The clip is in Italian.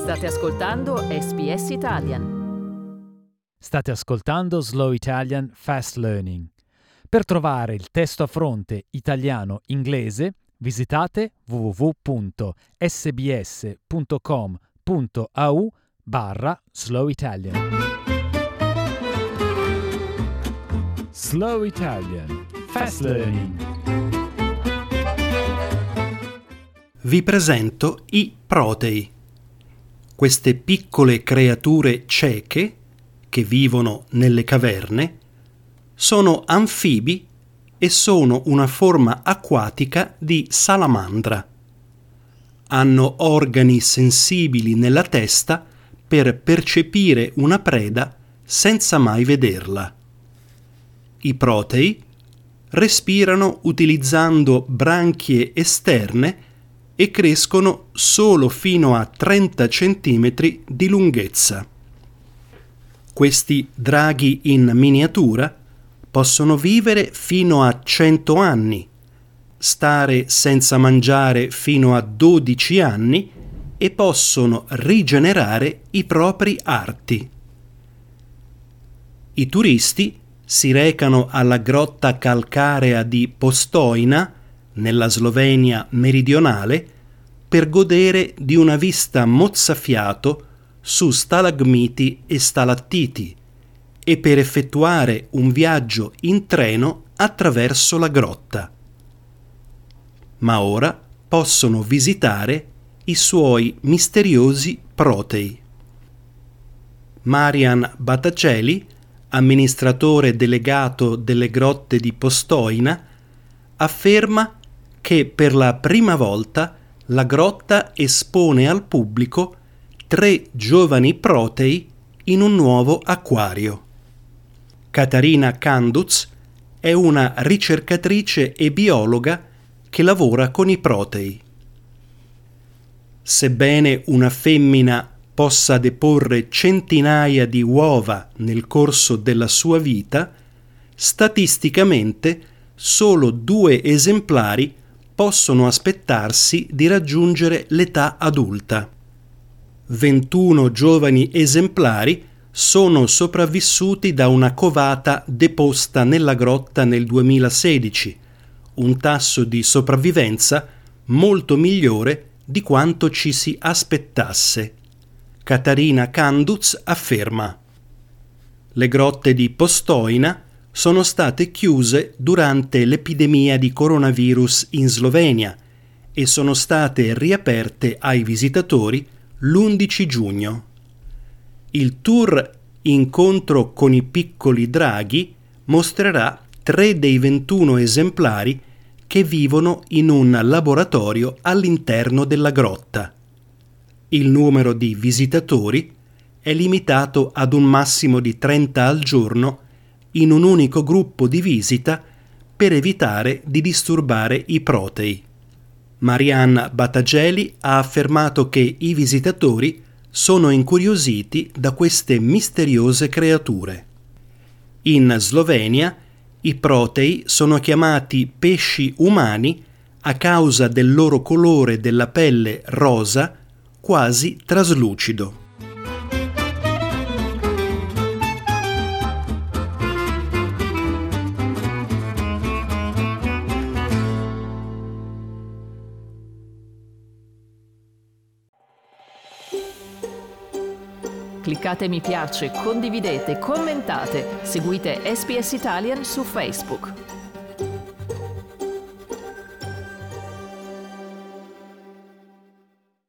State ascoltando SBS Italian. State ascoltando Slow Italian Fast Learning. Per trovare il testo a fronte italiano-inglese, visitate www.sbs.com.au/Slow Italian. Slow Italian Fast Learning. Vi presento i protei. Queste piccole creature cieche, che vivono nelle caverne, sono anfibi e sono una forma acquatica di salamandra. Hanno organi sensibili nella testa per percepire una preda senza mai vederla. I protei respirano utilizzando branchie esterne e crescono solo fino a 30 cm di lunghezza. Questi draghi in miniatura possono vivere fino a 100 anni, stare senza mangiare fino a 12 anni e possono rigenerare i propri arti. I turisti si recano alla grotta calcarea di Postojna, nella Slovenia meridionale, per godere di una vista mozzafiato su stalagmiti e stalattiti e per effettuare un viaggio in treno attraverso la grotta. Ma ora possono visitare i suoi misteriosi protei. Marian Bataceli, amministratore delegato delle grotte di Postojna, afferma che per la prima volta la grotta espone al pubblico 3 giovani protei in un nuovo acquario. Katarina Kanduz è una ricercatrice e biologa che lavora con i protei. Sebbene una femmina possa deporre centinaia di uova nel corso della sua vita, statisticamente solo 2 esemplari possono aspettarsi di raggiungere l'età adulta. 21 giovani esemplari sono sopravvissuti da una covata deposta nella grotta nel 2016, un tasso di sopravvivenza molto migliore di quanto ci si aspettasse. Katarina Kanduz afferma: le grotte di Postojna sono state chiuse durante l'epidemia di coronavirus in Slovenia e sono state riaperte ai visitatori l'11 giugno. Il tour Incontro con i piccoli draghi mostrerà 3 dei 21 esemplari che vivono in un laboratorio all'interno della grotta. Il numero di visitatori è limitato ad un massimo di 30 al giorno in un unico gruppo di visita per evitare di disturbare i protei. Marian Batageli ha affermato che i visitatori sono incuriositi da queste misteriose creature. In Slovenia i protei sono chiamati pesci umani a causa del loro colore della pelle rosa, quasi traslucido. Cliccate mi piace, condividete, commentate, seguite SBS Italian su Facebook.